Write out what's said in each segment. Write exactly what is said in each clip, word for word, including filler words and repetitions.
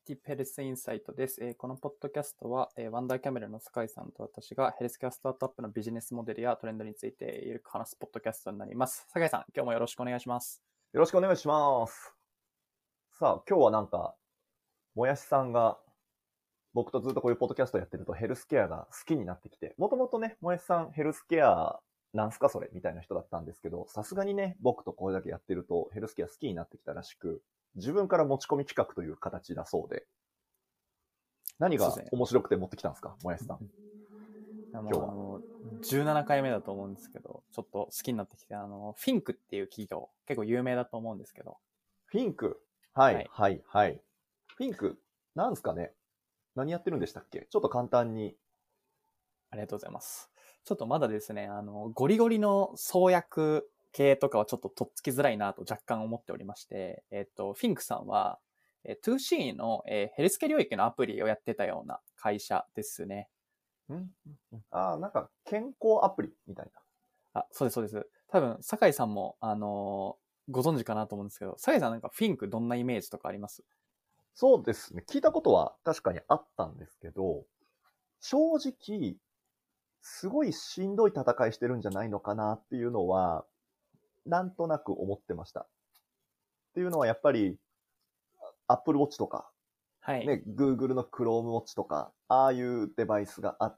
ディペルスインサイトです。えーこのポッドキャストは、えーワンダーキャメラの酒井さんと私がヘルスケアスタートアップのビジネスモデルやトレンドについてゆるく話すポッドキャストになります。酒井さん、今日もよろしくお願いします。 よろしくお願いします。さあ、今日はなんか、もやしさんが、僕とずっとこういうポッドキャストやってるとヘルスケアが好きになってきて、もともとね、もやしさんヘルスケアなんすかそれみたいな人だったんですけど、さすがにね、僕とこれだけやってるとヘルスケア好きになってきたらしく、自分から持ち込み企画という形だそうで、何が面白くて持ってきたんですか、もやしさん。 今日は。あの、じゅうななかいめだと思うんですけど、ちょっと好きになってきて、あの、フィンクっていう企業、結構有名だと思うんですけど。 フィンクはい、はい、はい、はい。フィンク、なんすかね何やってるんでしたっけ？ちょっと簡単に。 ありがとうございます。ちょっとまだですね、あの、ゴリゴリの創薬系とかはちょっととっつきづらいなと若干思っておりまして、えっと、フィンクさんは、ツーシー の、えー、ヘルスケア領域のアプリをやってたような会社ですね。 んああ、なんか健康アプリみたいな。あ、そうです、そうです。多分、酒井さんも、あのー、ご存知かなと思うんですけど、酒井さんなんかフィンクどんなイメージとかあります？ そうですね。聞いたことは確かにあったんですけど、正直、すごいしんどい戦いしてるんじゃないのかなっていうのは、なんとなく思ってました。っていうのはやっぱり、Apple Watch とか、 はい。 ね、Google の Chrome Watch とか、ああいうデバイスがあって、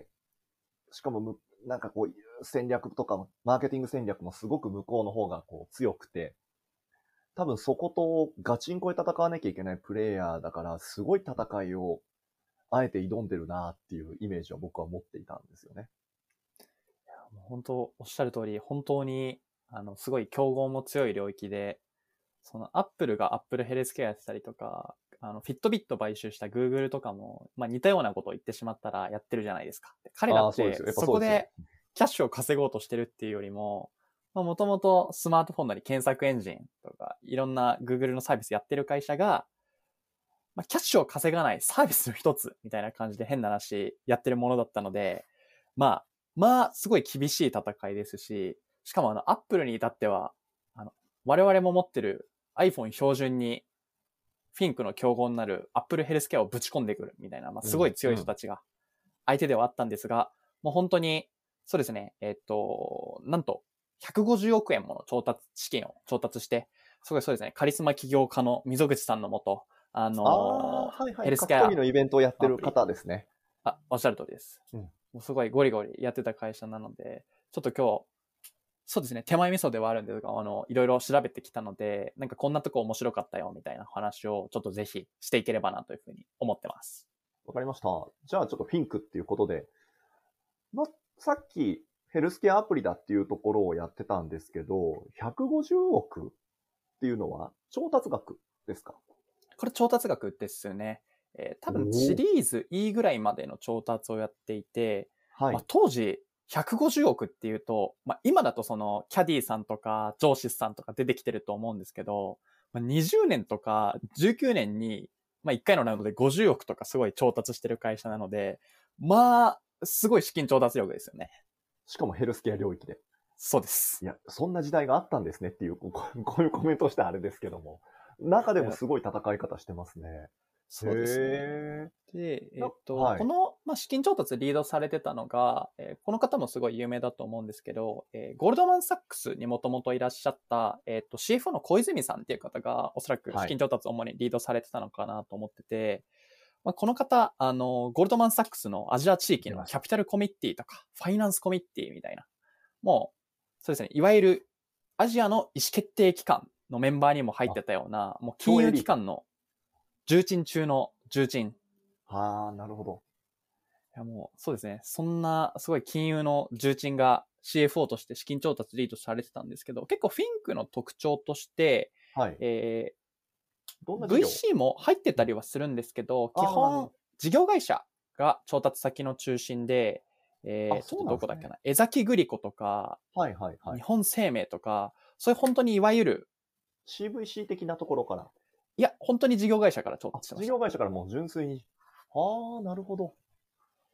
しかもむ、なんかこう、戦略とかも、マーケティング戦略もすごく向こうの方がこう強くて、多分そことガチンコで戦わなきゃいけないプレイヤーだから、すごい戦いをあえて挑んでるなっていうイメージを僕は持っていたんですよね。 いやもう本当、おっしゃる通り、本当に、あの、すごい競合も強い領域で、そのアップルがアップルヘルスケアやってたりとか、あの、フィットビット買収した Google とかも、まあ似たようなことを言ってしまったらやってるじゃないですか。彼らってそこでキャッシュを稼ごうとしてるっていうよりも、まあもともとスマートフォンなり検索エンジンとか、いろんな Google のサービスやってる会社が、まあキャッシュを稼がないサービスの一つみたいな感じで変な話やってるものだったので、まあ、まあ、すごい厳しい戦いですし、しかもあの、アップルに至っては、あの、我々も持ってる iPhone 標準にフィンクの競合になる Apple Healthcare をぶち込んでくるみたいな、まあ、すごい強い人たちが相手ではあったんですが、もう本当に、そうですね、えっと、なんと、ひゃくごじゅうおくえんもの調達、資金を調達して、すごいそうですね、カリスマ起業家の溝口さんのもと、あのー、 あはいはい、 ヘルスケア。 格闘技のイベントをやってる方ですね。 あ、おっしゃる通りです。うん、もうすごいゴリゴリやってた会社なので、ちょっと今日、そうですね、手前味噌ではあるんですが、あの、いろいろ調べてきたので、なんかこんなとこ面白かったよみたいな話をちょっとぜひしていければなというふうに思ってます。 わかりました。じゃあちょっとフィンクっていうことで、ま、さっきヘルスケアアプリだっていうところをやってたんですけど、ひゃくごじゅうおくっていうのは調達額ですか？ これ調達額ですね。えー、多分シリーズ E ぐらいまでの調達をやっていて、はいまあ、当時ひゃくごじゅうおくっていうと、まあ、今だとそのキャディさんとかジョーシスさんとか出てきてると思うんですけど、まあ、にじゅうねんとかじゅうきゅうねんに、まあ、いっかいのラウンドでごじゅうおくとかすごい調達してる会社なので、まあ、すごい資金調達力ですよね。 しかもヘルスケア領域で。 そうです。 いや、そんな時代があったんですねっていう、こういうコメントしてあれですけども。中でもすごい戦い方してますね。 そうですね。で、えっと、はい、この、まあ、資金調達リードされてたのが、えー、この方もすごい有名だと思うんですけど、えー、ゴールドマンサックスにもともといらっしゃった、えっと、シーエフオー の小泉さんっていう方が、おそらく資金調達を主にリードされてたのかなと思ってて、はいまあ、この方、あの、ゴールドマンサックスのアジア地域のキャピタルコミッティとか、ファイナンスコミッティみたいな、もう、そうですね、いわゆるアジアの意思決定機関のメンバーにも入ってたような、もう金融機関の重鎮中の重鎮。 はあ、なるほど。 いやもう、そうですね。そんな、すごい金融の重鎮が シーエフオー として資金調達リードされてたんですけど、結構フィンクの特徴として、はい。えー、どんな ブイシー も入ってたりはするんですけど、基本、事業会社が調達先の中心で、えー、ちょっとどこだっけな、江崎グリコとか、はいはいはい。日本生命とか、そういう本当にいわゆるシーブイシー 的なところから。 いや、本当に事業会社から調達してました。 事業会社からもう純粋に。ああ、なるほど。っ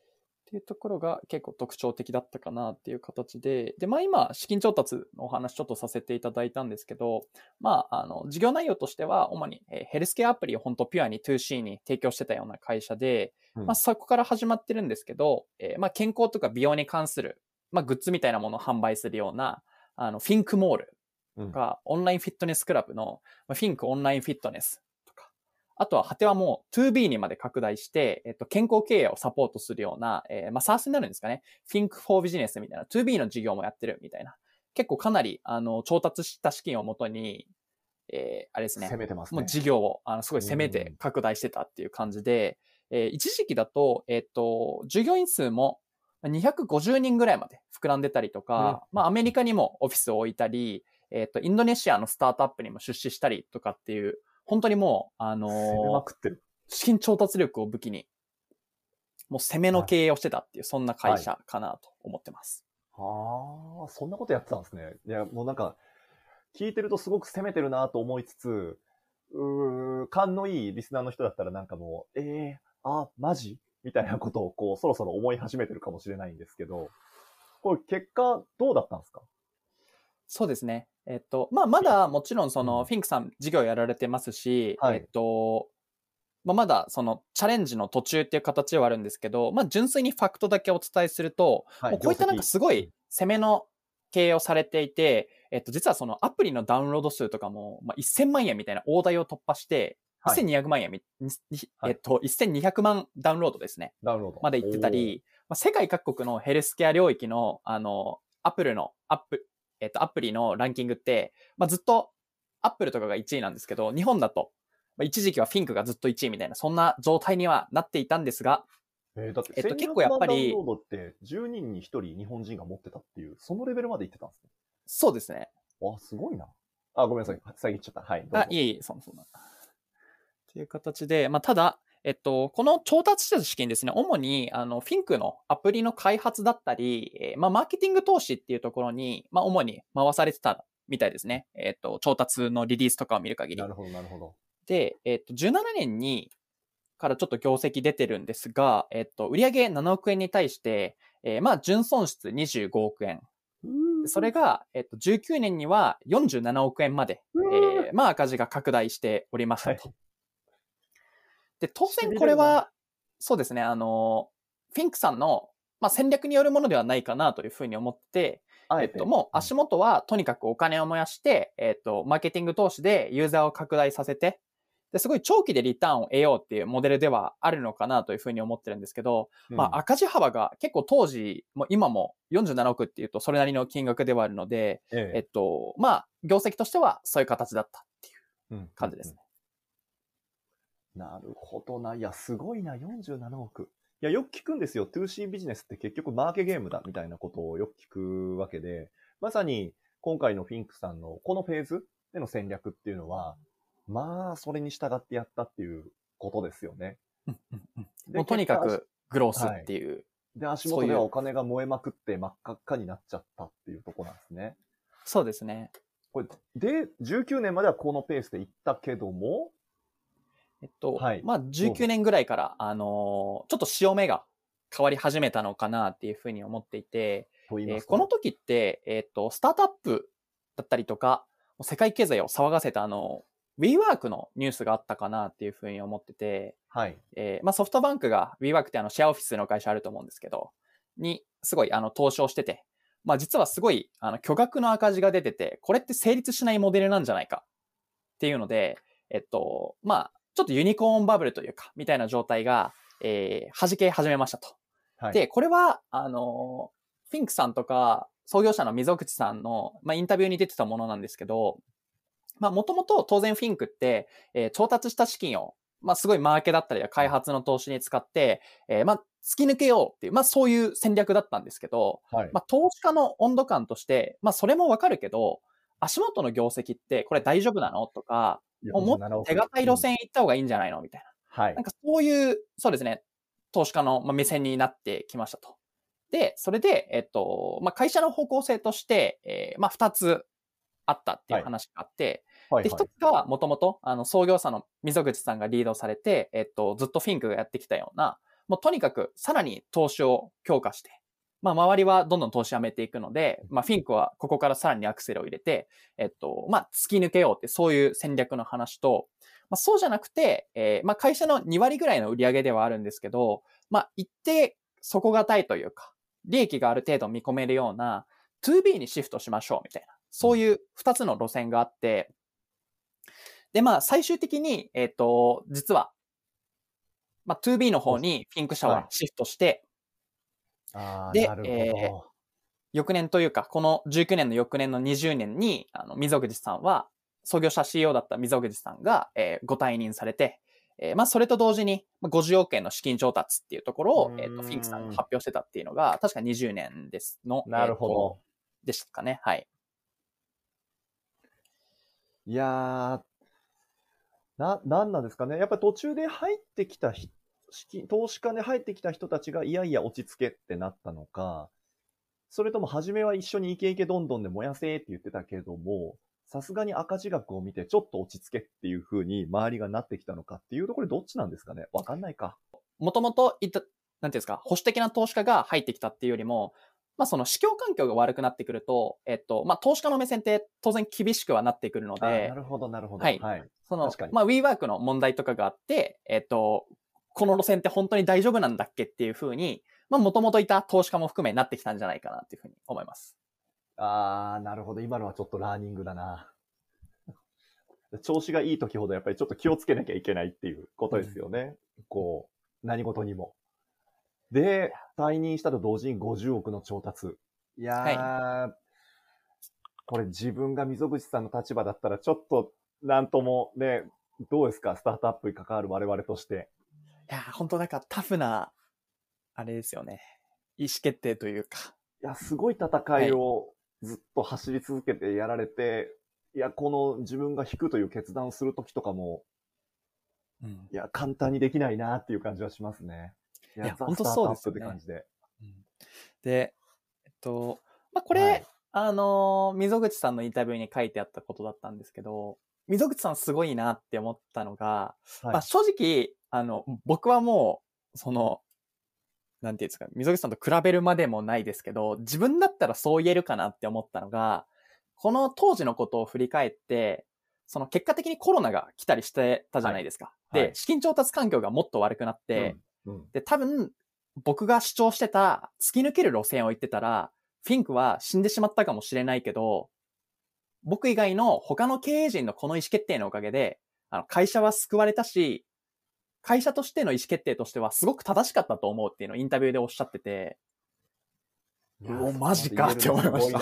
っていうところが結構特徴的だったかなっていう形で、で、まあ今、資金調達のお話ちょっとさせていただいたんですけど、まあ、あの、事業内容としては、主にヘルスケアアプリを本当ピュアに ツーシー に提供してたような会社で、 うんまあそこから始まってるんですけど、えーまあ健康とか美容に関する、まあグッズみたいなものを販売するような、あの、フィンクモールうんとか、オンラインフィットネスクラブの、まあ、フィンクオンラインフィットネスとか、あとは果てはもう ツービー にまで拡大して、えっと、健康経営をサポートするような、えー、まあ、サースになるんですかね。Think for Business みたいな ツービー の事業もやってるみたいな。結構かなり、あの、調達した資金をもとに、えー、あれですね。 攻めてますね。 もう事業を、あの、すごい攻めて拡大してたっていう感じで、えー、一時期だと、えっと、従業員数もにひゃくごじゅうにんぐらいまで膨らんでたりとか、 うんまあ、アメリカにもオフィスを置いたり、えっと、インドネシアのスタートアップにも出資したりとかっていう、本当にもう、あのー、 攻めまくってる。 資金調達力を武器に、もう攻めの経営をしてたっていう、そんな会社かなと思ってます。 はあ、そんなことやってたんですね。いや、もうなんか、聞いてるとすごく攻めてるなと思いつつ、うー、勘のいいリスナーの人だったらなんかもう、ええー、あ、マジみたいなことをこう、そろそろ思い始めてるかもしれないんですけど、これ結果どうだったんですか？ そうですね。えっと、まあ、まだもちろんその、 うんフィンクさん事業やられてますし、 はいえっと、まあ、まだそのチャレンジの途中っていう形ではあるんですけど、まあ、純粋にファクトだけお伝えすると、 はいもうこういったなんかすごい攻めの経営をされていて、えっと、実はそのアプリのダウンロード数とかも、まあ、せんまんえんみたいな大台を突破して、 はいせんにひゃくまんえんみ、 はいえっと、せんにひゃくまんダウンロードですね。 ダウンロード。 まで行ってたり、まあ、世界各国のヘルスケア領域の、あの、アップルの、アップ、えっと、アプリのランキングって、まあ、ずっと、アップルとかがいちいなんですけど、日本だと、まあ、一時期はフィンクがずっといちいみたいな、そんな状態にはなっていたんですが、 えー、だって、 えっと結構やっぱりせんにひゃくまんダウンロードってじゅうにんにひとり日本人が持ってたっていう、そのレベルまで行ってたんですね。 そうですね。 あ、すごいな。あ、ごめんなさい。先言っちゃった。はい。どうぞあ、いえいえ、そのそんな。っていう形で、まあ、ただ、えっと、この調達した資金ですね、主に、あの、フィンクのアプリの開発だったり、えーまあ、マーケティング投資っていうところに、まあ、主に回されてたみたいですね。えっと、調達のリリースとかを見る限りな。るほど、なるほど。 で、えっと、じゅうななねんに、からちょっと業績出てるんですが、えっと、売上ななおくえんに対して、えーまあ、純損失にじゅうごおくえん。それが、えっと、じゅうきゅうねんにはよんじゅうななおくえんまで、えーまあ、赤字が拡大しておりましたと。 はいで、当然これは、そうですね、あの、フィンクさんの、まあ、戦略によるものではないかなというふうに思って、 あえて。 えっと、もう足元はとにかくお金を燃やして、えっと、マーケティング投資でユーザーを拡大させて、で、すごい長期でリターンを得ようっていうモデルではあるのかなというふうに思ってるんですけど、 うんまあ赤字幅が結構当時、も今もよんじゅうななおくっていうとそれなりの金額ではあるので、 ええっと、まあ業績としてはそういう形だったっていうえ感じですね。 うんうんうんなるほどな。いや、すごいな。よんじゅうななおく。いや、よく聞くんですよ。ツーシー ビジネスって結局マーケゲームだみたいなことをよく聞くわけで、まさに今回のフィンクさんのこのフェーズでの戦略っていうのは、まあ、それに従ってやったっていうことですよね。でもうとにか結くグロースっていう。 果で、足元ではお金が燃えまくって真っ赤っかになっちゃったっていうところなんですね。 そうですね。 これで、じゅうきゅうねんまではこのペースでいったけども、 えっと、 はいまあじゅうきゅうねんぐらいから、あのーちょっと潮目が変わり始めたのかなっていうふうに思っていて、 と言いますと、 えーこの時って、えっと、スタートアップだったりとか、世界経済を騒がせたあの、WeWork のニュースがあったかなっていうふうに思ってて、 はい。 えーまあソフトバンクが WeWork ってあのシェアオフィスの会社あると思うんですけど、にすごいあの投資をしてて、まあ実はすごいあの巨額の赤字が出てて、これって成立しないモデルなんじゃないかっていうので、えっと、まあちょっとユニコーンバブルというか、みたいな状態が、えー、弾け始めましたと。 はい。 で、これは、あの、フィンクさんとか、創業者の溝口さんの、まあ、インタビューに出てたものなんですけど、まあ、もともと当然フィンクって、えー調達した資金を、まあ、すごいマーケだったり開発の投資に使って、えーまあ、突き抜けようっていう、まあ、そういう戦略だったんですけど、 はい。 まあ、投資家の温度感として、まあ、それもわかるけど、足元の業績ってこれ大丈夫なのとか、もうもっと手堅い路線行った方がいいんじゃないのみたいな。 はいなん。かそういう、そうですね、投資家の目線になってきましたと。で、それで、えっと、まあ、会社の方向性として、えーまあ、二つあったっていう話があって、 はい。 で、一つがもともと、あの、創業者の溝口さんがリードされて、えっと、ずっとフィンクがやってきたような、 もうとにかくさらに投資を強化して、まあ周りはどんどん投資やめていくので、まあフィンクはここからさらにアクセルを入れて、えっと、まあ突き抜けようってそういう戦略の話と、まあそうじゃなくて、えー、まあ会社のに割ぐらいの売り上げではあるんですけど、まあ一定底堅いというか、利益がある程度見込めるような ツービー にシフトしましょうみたいな、そういうふたつの路線があって、でまあ最終的に、えっと、実は、まあ ツービー の方にフィンク社はシフトして、 はい、 で、 あなるほど、 えー、翌年というか、このじゅうきゅうねんの翌年のにじゅうねんに、あの、溝口さんは、創業者 シーイーオー だった溝口さんが、えー、ご退任されて、えー、まあ、それと同時に、ごじゅうおくえんの資金調達っていうところを、えっ、ー、と、フィンクさんが発表してたっていうのが、確かにじゅうねんですの、 なるほど、 えーと、でしたかね。はい。 いやー、な、なんなんですかね。やっぱり途中で入ってきた人、投資家で入ってきた人たちが、いやいや落ち着けってなったのか、それとも初めは一緒にイケイケどんどんで燃やせって言ってたけれども、さすがに赤字額を見てちょっと落ち着けっていう風に周りがなってきたのかっていうところでどっちなんですかね。わかんないか。 もともといった、なんていうんですか、保守的な投資家が入ってきたっていうよりも、まあその市況環境が悪くなってくると、えっと、まあ投資家の目線って当然厳しくはなってくるのあ、なで、 るほど、なるほど。 はい。 はい。 その、 確かに。 まあ WeWork の問題とかがあって、えっと、この路線って本当に大丈夫なんだっけっていうふうに、まあもともといた投資家も含めになってきたんじゃないかなっていうふうに思います。 あー、なるほど。今のはちょっとラーニングだな。調子がいい時ほどやっぱりちょっと気をつけなきゃいけないっていうことですよね。うん、こう、何事にも。で、退任したと同時にごじゅうおくの調達。いやー、はい、これ自分が溝口さんの立場だったらちょっとなんともね、どうですか、スタートアップに関わる我々として。 いやー、本当なんかタフな、あれですよね。意思決定というか。 いや、すごい戦いをずっと走り続けてやられて、はい、いや、この自分が引くという決断をするときとかも、うん、いや、簡単にできないなっていう感じはしますね。いや、いや本当そうですよね。って感じで。 うん、で、えっと、まあ、これ、はい、あの、溝口さんのインタビューに書いてあったことだったんですけど、溝口さんすごいなって思ったのが、はい、まあ、正直、あの、僕はもう、その、なんていうんですか、溝口さんと比べるまでもないですけど、自分だったらそう言えるかなって思ったのが、この当時のことを振り返って、その結果的にコロナが来たりしてたじゃないですか。はい、で、はい、資金調達環境がもっと悪くなって、うんうん、で、多分、僕が主張してた突き抜ける路線を言ってたら、フィンクは死んでしまったかもしれないけど、僕以外の他の経営陣のこの意思決定のおかげで、あの会社は救われたし、会社としての意思決定としてはすごく正しかったと思うっていうのをインタビューでおっしゃってて、うお、マジかって思いました。すごい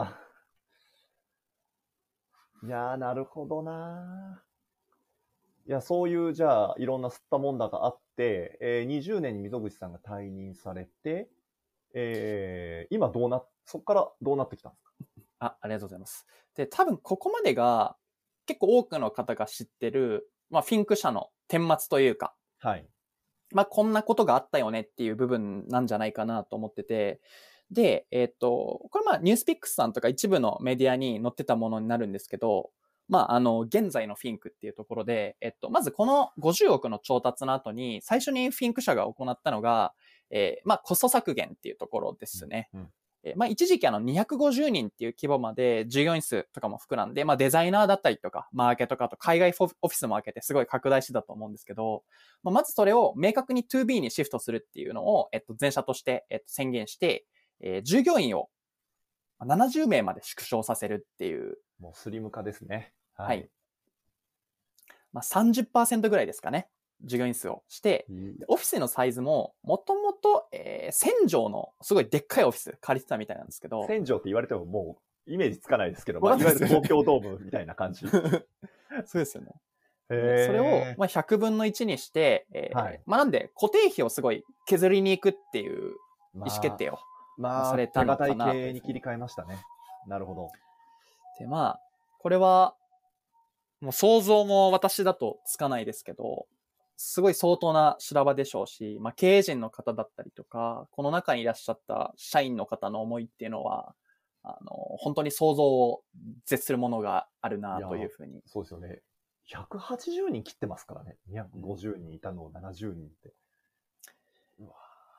ないやー、なるほどないや、そういう、じゃあ、いろんな吸ったもんだがあって、えー、にじゅうねんに溝口さんが退任されて、えー、今どうな、そこからどうなってきたんですか？ あ、ありがとうございます。で、多分ここまでが結構多くの方が知ってる、まあ、フィンク社の顛末というか、 はい。 まあ、こんなことがあったよねっていう部分なんじゃないかなと思ってて、で、えっと、これまあ、ニュースピックスさんとか一部のメディアに載ってたものになるんですけど、まあ、あの、現在のフィンクっていうところで、えっと、まずこのごじゅうおくの調達の後に、最初にフィンク社が行ったのが、えー、まあ、コスト削減っていうところですね。うんうん、えー、まあ、一時期あのにひゃくごじゅうにんっていう規模まで従業員数とかも膨らんで、まあ、デザイナーだったりとか、マーケとか、あと海外オフィスも開けてすごい拡大してたと思うんですけど、まあ、まずそれを明確に ツービー にシフトするっていうのを、えっと、全社として、えっと、宣言して、えー、従業員をななじゅうめいまで縮小させるっていう。 もうスリム化ですね。 はい。はい、まあ、さんじゅっパーセント ぐらいですかね。従業員数をして、うん、オフィスのサイズも、もともと、えー、せんじょうのすごいでっかいオフィス借りてたみたいなんですけど。 せんじょうって言われてももうイメージつかないですけど、まあ、いわゆる東京ドームみたいな感じ。 そうですよね。それを、まあ、ひゃくぶんのいちにして、えーはい、まあなんで固定費をすごい削りに行くっていう意思決定を、 まあ、されたのかな。手堅い経営に切り替えましたね。なるほど。 で、まあ、これは、もう想像も私だとつかないですけど、すごい相当な修羅場でしょうし、まあ経営陣の方だったりとか、この中にいらっしゃった社員の方の思いっていうのは、あの、本当に想像を絶するものがあるなというふうに。 そうですよね。ひゃくはちじゅうにん切ってますからね。にひゃくごじゅうにんいたのをななじゅうにんって。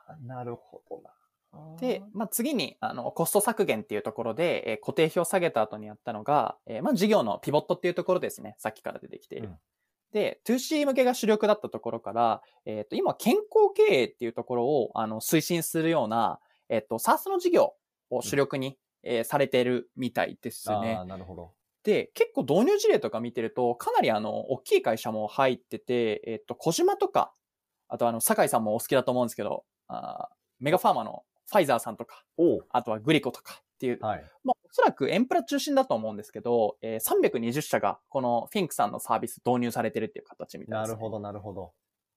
ー、なるほどな。 で、まあ、次に、あの、コスト削減っていうところで、えー固定費を下げた後にやったのが、えーまあ、事業のピボットっていうところですね。さっきから出てきている。 うんで、ツーシー 向けが主力だったところから、えっ、と、今、健康経営っていうところを、あの、推進するような、えっ、と、サースの事業を主力に、えーされてるみたいですね。 ああ、なるほど。 で、結構導入事例とか見てると、かなりあの、大きい会社も入ってて、えっ、と、小島とか、あとあの、酒井さんもお好きだと思うんですけど、あーメガファーマのファイザーさんとか、 おう。 あとはグリコとかっていう、 はい。 まあ、おそらくエンプラ中心だと思うんですけど、えーさんびゃくにじゅっしゃがこのフィンクさんのサービス導入されてるっていう形みたいです、ね。 なるほど、なるほど。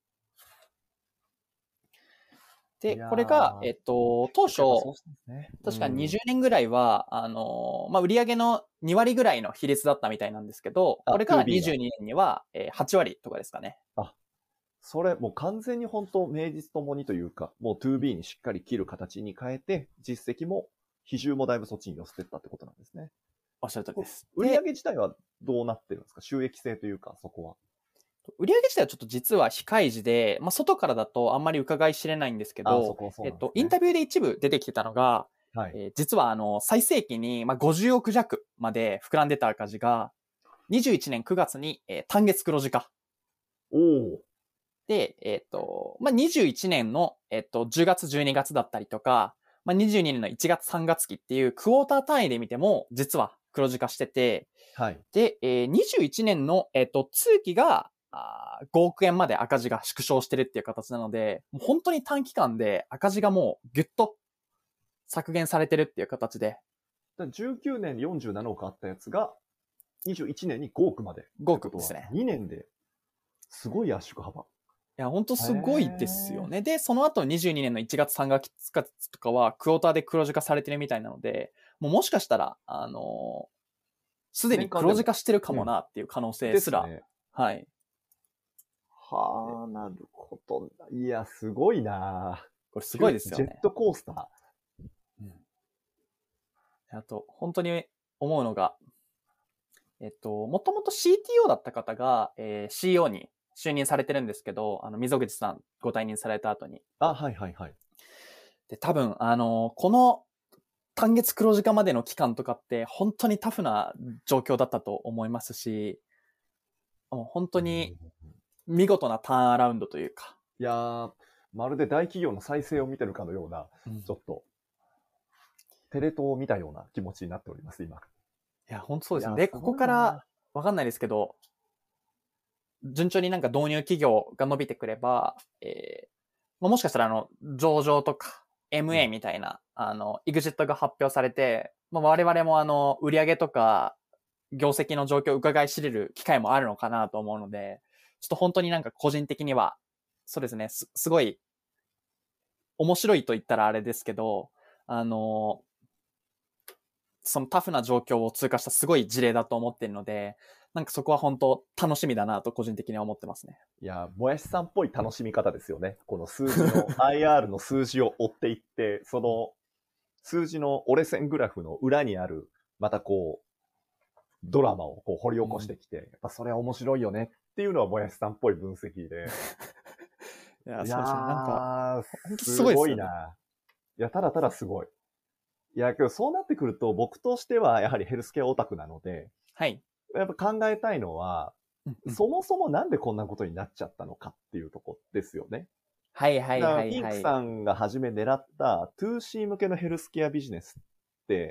で、 いやーこれが、えっと、当初、 そうしたんですね確かにうんにじゅうねんぐらいは、あのーまあ、売上のに割ぐらいの比率だったみたいなんですけど、 あこれがツービー がにじゅうにねんにはえーはち割とかですかね。 あ、それもう完全に本当名実ともにというか、もう ツービー にしっかり切る形に変えて、実績も比重もだいぶそっちに寄せてったってことなんですね。 おっしゃる通りです。 売上で自体はどうなってるんですか？収益性というか、そこは。 売上自体はちょっと実は非開示で、まあ、外からだとあんまり伺い知れないんですけあ、そど、 こはそうえっなんですね。 と、インタビューで一部出てきてたのが、 はい。 えー実はあの、最盛期に、まあ、ごじゅうおく弱まで膨らんでた赤字が、にじゅういちねんくがつに、えー単月黒字化。 おお。 で、えっと、まあ、にじゅういちねんの、えっと、じゅうがつ、じゅうにがつだったりとか、まあ、にじゅうにねんのいちがつ、さんがつ期っていうクォーター単位で見ても、実は黒字化してて、 はい。 で、えー、にじゅういちねんの、えっと、通期が、あーごおく円まで赤字が縮小してるっていう形なので、もう本当に短期間で赤字がもうギュッと削減されてるっていう形で、 だじゅうきゅうねんによんじゅうななおくあったやつが、にじゅういちねんにごおくまで。 ごおくですね。 にねんですごい圧縮幅。 いや、本当すごいですよね。で、その後にじゅうにねんのいちがつ、さんがつとかは、クォーターで黒字化されてるみたいなので、もうもしかしたら、あのす、でに黒字化してるかもなっていう可能性すら、 ね、 はい。 はあ、なるほど。いや、すごいなこれすごいですよね。 ジェットコースター。 うん、あと、本当に思うのが、えっと、もともと シーティーオー だった方が、えー、シーイーオー に就任されてるんですけど、あの、溝口さんご退任された後に。 あ、はいはいはい。 で、多分、あの、この単月黒字化までの期間とかって本当にタフな状況だったと思いますし、もう本当に見事なターンアラウンドというか。 いやー、まるで大企業の再生を見てるかのような、うん、ちょっと、テレ東を見たような気持ちになっております、今。 いや、本当そうですね。で、ここから、わかんないですけど、順調になんか導入企業が伸びてくれば、えー、もしかしたらあの、上場とか、エムエー みたいな、うん、あの、エグジットが発表されて、まあ、我々もあの、売上とか、業績の状況を伺い知れる機会もあるのかなと思うので、ちょっと本当になんか個人的には、そうですね、す、すごい、面白いと言ったらあれですけど、あの、そのタフな状況を通過したすごい事例だと思っているので、なんかそこは本当楽しみだなと個人的には思ってますね。 いや、もやしさんっぽい楽しみ方ですよね。この数字の、アイアール の数字を追っていって、その数字の折れ線グラフの裏にある、またこう、ドラマをこう掘り起こしてきて、うん、やっぱそれは面白いよねっていうのはもやしさんっぽい分析で。 いや、そうですね。なんか、 すごいな。いや、ただただすごい。いや、けどそうなってくると、僕としてはやはりヘルスケアオタクなので、 はい。 やっぱ考えたいのは、うんうん、そもそもなんでこんなことになっちゃったのかっていうとこですよね。 はいはいはいはい。 ピンクさんが初め狙った ツーシー 向けのヘルスケアビジネスって、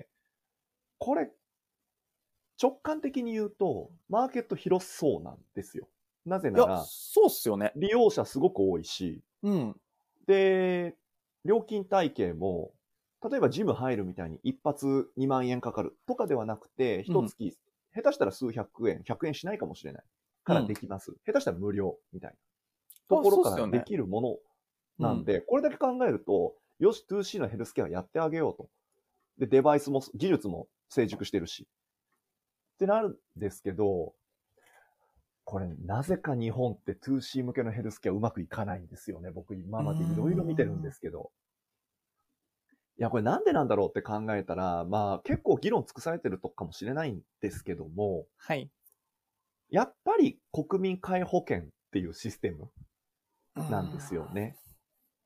これ、直感的に言うと、マーケット広そうなんですよ。なぜなら、 そうっすよね。 利用者すごく多いし、 うん。 で、料金体系も、例えばジム入るみたいに一発にまんえんかかるとかではなくて、一月、うん、下手したら数百円、ひゃくえんしないかもしれないからできます。うん、下手したら無料みたいなところからできるものなんで、でね、うん、これだけ考えると、よし、ツーシー のヘルスケアやってあげようと。で、デバイスも、技術も成熟してるし。ってなるんですけど、これ、なぜか日本って ツーシー 向けのヘルスケアうまくいかないんですよね。僕今までいろいろ見てるんですけど。いや、これなんでなんだろうって考えたら、まあ結構議論尽くされてるとこかもしれないんですけども、 はい。 やっぱり国民皆保険っていうシステムなんですよね。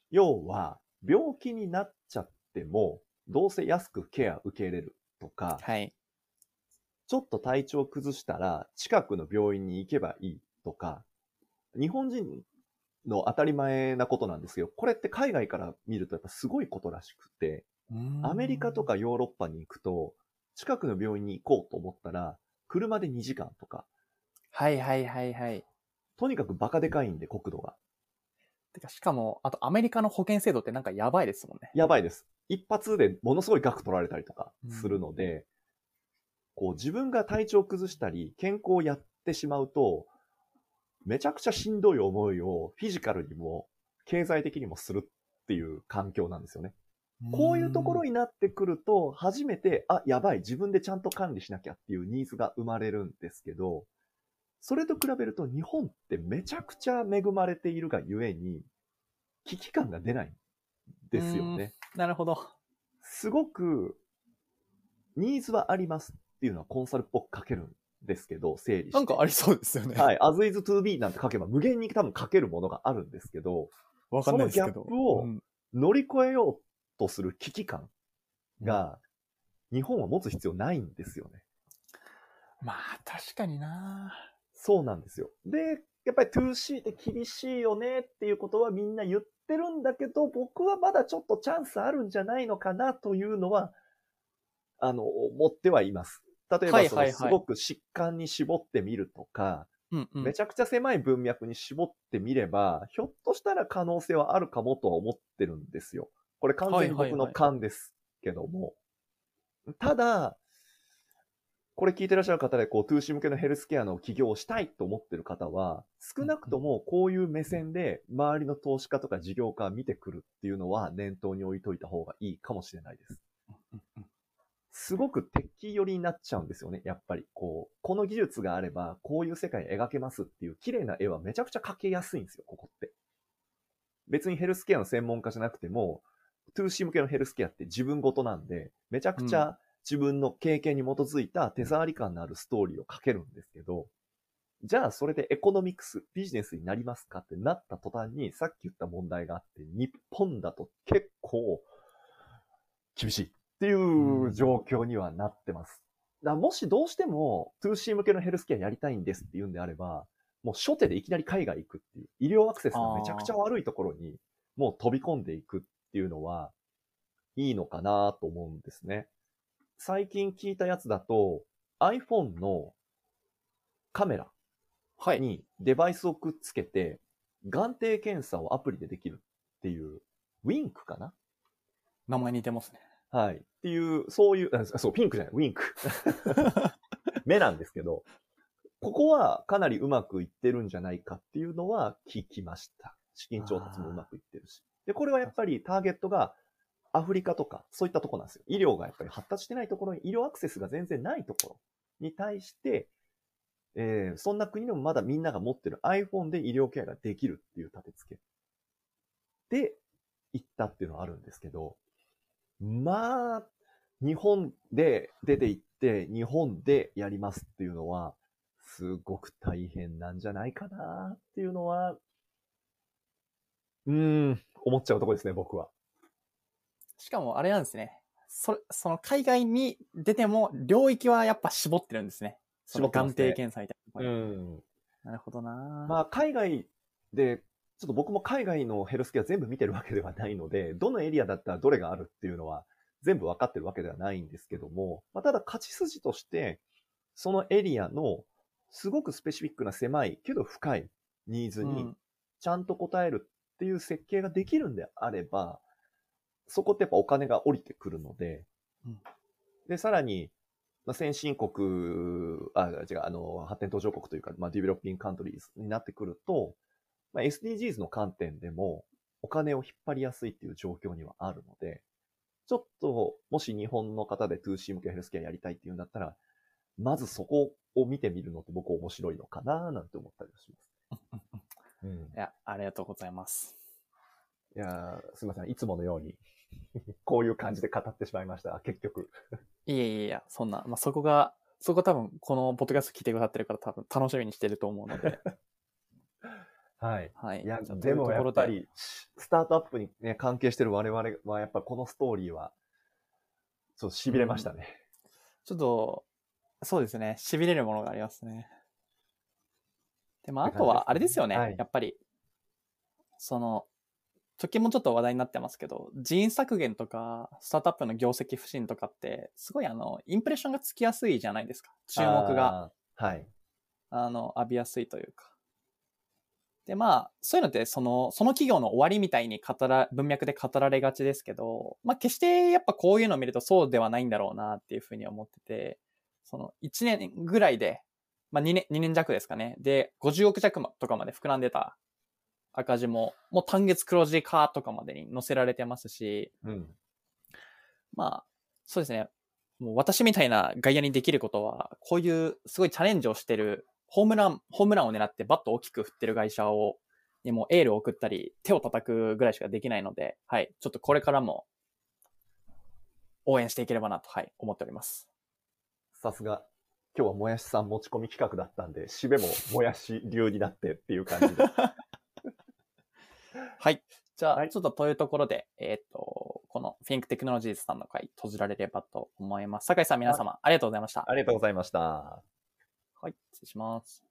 要は、病気になっちゃっても、どうせ安くケア受けれるとか、 はい。 ちょっと体調崩したら近くの病院に行けばいいとか、日本人の当たり前なことなんですけど、これって海外から見るとやっぱすごいことらしくて、アメリカとかヨーロッパに行くと、近くの病院に行こうと思ったら、車でにじかんとか。 はいはいはいはい。 とにかくバカでかいんで、国土が。 てか、しかも、あとアメリカの保険制度ってなんかやばいですもんね。 やばいです。一発でものすごい額取られたりとかするので、うん、こう自分が体調崩したり、健康をやってしまうと、めちゃくちゃしんどい思いをフィジカルにも経済的にもするっていう環境なんですよね。こういうところになってくると、初めて、あ、やばい、自分でちゃんと管理しなきゃっていうニーズが生まれるんですけど、それと比べると日本ってめちゃくちゃ恵まれているがゆえに、危機感が出ないんですよね。 なるほど。 すごく、ニーズはありますっていうのはコンサルっぽく書けるんですけど、整理して。 なんかありそうですよね。 はい。as is to be なんて書けば無限に多分書けるものがあるんですけど、 わかんないですけど。 そのギャップを乗り越えようとする危機感が、日本は持つ必要ないんですよね。 まあ、確かにな。 そうなんですよ。で、やっぱり ツーシー って厳しいよねっていうことはみんな言ってるんだけど、僕はまだちょっとチャンスあるんじゃないのかなというのは、あの、持ってはいます。例えば、そのすごく疾患に絞ってみるとか、めちゃくちゃ狭い文脈に絞ってみれば、ひょっとしたら可能性はあるかもとは思ってるんですよ。これ完全に僕の勘ですけども。ただ、これ聞いてらっしゃる方で、こう、ツーシー 向けのヘルスケアの起業をしたいと思ってる方は、少なくともこういう目線で周りの投資家とか事業家を見てくるっていうのは念頭に置いといた方がいいかもしれないです。すごく敵寄りになっちゃうんですよね、やっぱり。こう、この技術があれば、こういう世界描けますっていう綺麗な絵はめちゃくちゃ描けやすいんですよ、ここって。別にヘルスケアの専門家じゃなくても、ツーシー 向けのヘルスケアって自分ごとなんで、めちゃくちゃ自分の経験に基づいた手触り感のあるストーリーを書けるんですけど、じゃあそれでエコノミクス、ビジネスになりますかってなった途端に、さっき言った問題があって、日本だと結構厳しいっていう状況にはなってます。だもしどうしても ツーシー 向けのヘルスケアやりたいんですっていうんであれば、もう初手でいきなり海外行くっていう、医療アクセスがめちゃくちゃ悪いところにもう飛び込んでいくっていうのは、いいのかなと思うんですね。最近聞いたやつだと iPhone のカメラにデバイスをくっつけて眼底検査をアプリでできるっていう Wink かな、 名前似てますね。 はい。っていう、そういう、そう、ピンクじゃない、Wink 目なんですけど、ここはかなりうまくいってるんじゃないかっていうのは聞きました。資金調達もうまくいってるし。で、これはやっぱりターゲットがアフリカとか、そういったところなんですよ。医療がやっぱり発達してないところに、医療アクセスが全然ないところに対して、えー、そんな国でもまだみんなが持ってる iPhone で医療ケアができるっていう立て付けで行ったっていうのはあるんですけど、まあ、日本で出て行って、日本でやりますっていうのは、すごく大変なんじゃないかなっていうのは、うーん、思っちゃうところですね、僕は。 しかもあれなんですね。そ、その海外に出ても領域はやっぱ絞ってるんですね。その眼底検査みたいな。 うん。 なるほどな。 まあ海外で、ちょっと僕も海外のヘルスケア全部見てるわけではないので、どのエリアだったらどれがあるっていうのは全部分かってるわけではないんですけども、まあ、ただ勝ち筋として、そのエリアのすごくスペシフィックな狭いけど深いニーズにちゃんと応えるっていう設計ができるんであれば、そこってやっぱお金が降りてくるので、うん、で、さらに、まあ、先進国、あ、違う、あの、発展途上国というか、まあ、ディベロッピングカントリーズになってくると、まあ、エスディージーズ の観点でも、お金を引っ張りやすいっていう状況にはあるので、ちょっと、もし日本の方で ツーシー 向けヘルスケアやりたいっていうんだったら、まずそこを見てみるのって僕面白いのかななんて思ったりします。 うん、いや、ありがとうございます。 いや、すみません。いつものようにこういう感じで語ってしまいました。結局。 いやいやいや、そんな、まあ、そこが、そこ多分このポッドキャスト聞いてくださってるから多分楽しみにしてると思うので。 はい。 はい。 いや、 じゃあでもやっぱというり、スタートアップにね、関係してる我々は、やっぱこのストーリーは、ちょっと痺れましたね。 ちょっと、そうですね。痺れるものがありますね。でも、あとは、あれですよね。 はい。 やっぱり、その、時もちょっと話題になってますけど、人員削減とか、スタートアップの業績不振とかって、すごいあの、インプレッションがつきやすいじゃないですか。注目が、 あーはい。 あの、浴びやすいというか。で、まあ、そういうのって、その、その企業の終わりみたいに語ら、文脈で語られがちですけど、まあ、決してやっぱこういうのを見るとそうではないんだろうなっていうふうに思ってて、その、いちねんぐらいで、まあ、にねん、にねん弱ですかね。で、ごじゅうおく弱とかまで膨らんでた赤字も、もう単月黒字化とかまでに載せられてますし、 うん。 まあ、そうですね。もう私みたいな外野にできることは、こういうすごいチャレンジをしてる、ホームラン、ホームランを狙ってバットを大きく振ってる会社を、にもエールを送ったり、手を叩くぐらいしかできないので、はい。ちょっとこれからも応援していければなと、はい、思っております。 さすが。今日はもやしさん持ち込み企画だったんで、締めももやし流になってっていう感じで。 はい。じゃあ、 はいちょっとというところで、えっ、と、この Think Technologies さんの回閉じられればと思います。酒井さん、皆様、ありがとうございました。 ありがとうございました。 はい、失礼します。